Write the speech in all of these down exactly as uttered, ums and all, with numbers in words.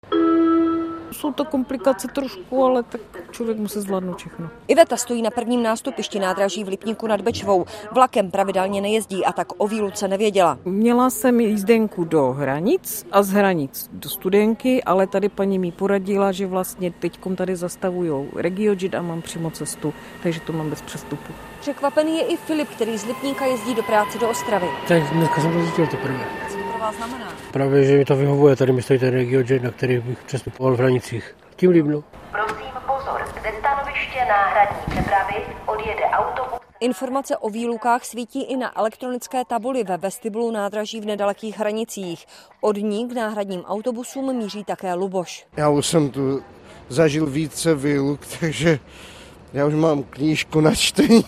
Jsou to komplikace trošku, ale tak člověk musí zvládnout všechno. Iveta stojí na prvním nástupišti nádraží v Lipníku nad Bečvou. Vlakem pravidelně nejezdí a tak o výluce nevěděla. Měla jsem jízdenku do Hranic a z Hranic do Studénky, ale tady paní mi poradila, že vlastně teďkom tady zastavujou RegioJet a mám přímo cestu, takže to mám bez přestupu. Překvapený je i Filip, který z Lipníka jezdí do práce do Ostravy. Tak dneska jsem to zjistil teprve. Co to pro vás znamená? Právě, že mi to vyhovuje, tady mi stojí ten RegioJet, na který bych přestupoval v Hranicích. Tím líp, no. Prosím pozor, ze stanoviště náhradní přepravy odjede autobus. Informace o výlukách svítí i na elektronické tabuli ve vestibulu nádraží v nedalekých Hranicích. Od ní k náhradním autobusům míří také Luboš. Já už jsem tu zažil více výluk, takže já už mám knížku na čtení.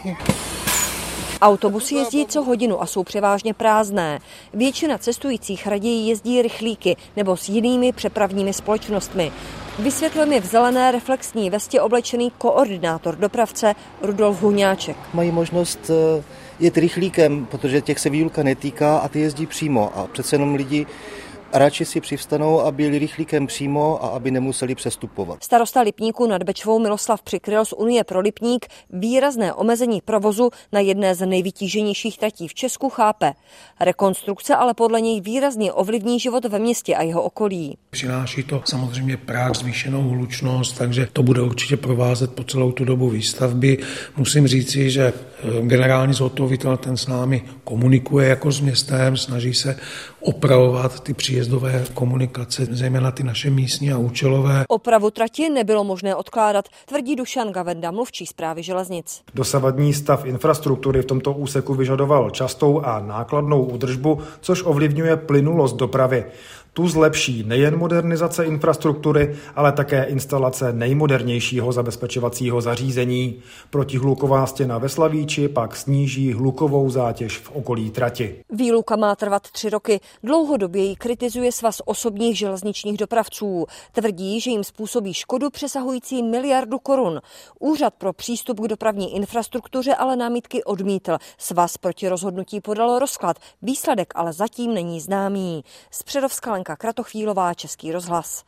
Autobusy jezdí co hodinu a jsou převážně prázdné. Většina cestujících raději jezdí rychlíky nebo s jinými přepravními společnostmi. Vysvětlil mi v zelené reflexní vestě oblečený koordinátor dopravce Rudolf Huňáček. Mají možnost jet rychlíkem, protože těch se výluka netýká a ty jezdí přímo. A přece jenom lidi radši si přivstanou, aby jeli rychlíkem přímo a aby nemuseli přestupovat. Starosta Lipníku nad Bečvou Miloslav Přikryl z Unie pro Lipník výrazné omezení provozu na jedné z nejvytíženějších tratí v Česku chápe. Rekonstrukce ale podle něj výrazně ovlivní život ve městě a jeho okolí. Přináší to samozřejmě práh, zvýšenou hlučnost, takže to bude určitě provázet po celou tu dobu výstavby. Musím říci, že generální zhotovitel ten s námi komunikuje jako s městem, snaží se opravovat ty příjezdové komunikace, zejména ty naše místní a účelové. Opravu trati nebylo možné odkládat, tvrdí Dušan Gavenda, mluvčí Správy železnic. Dosavadní stav infrastruktury v tomto úseku vyžadoval častou a nákladnou údržbu, což ovlivňuje plynulost dopravy. Tu zlepší nejen modernizace infrastruktury, ale také instalace nejmodernějšího zabezpečovacího zařízení. Protihluková stěna ve Slavíči pak sníží hlukovou zátěž v okolí trati. Výluka má trvat tři roky. Dlouhodobě ji kritizuje Svaz osobních železničních dopravců. Tvrdí, že jim způsobí škodu přesahující miliardu korun. Úřad pro přístup k dopravní infrastruktuře ale námitky odmítl. Svaz proti rozhodnutí podal rozklad. Výsledek ale zatím není známý. Z Přerovska Kratochvílová, Český rozhlas.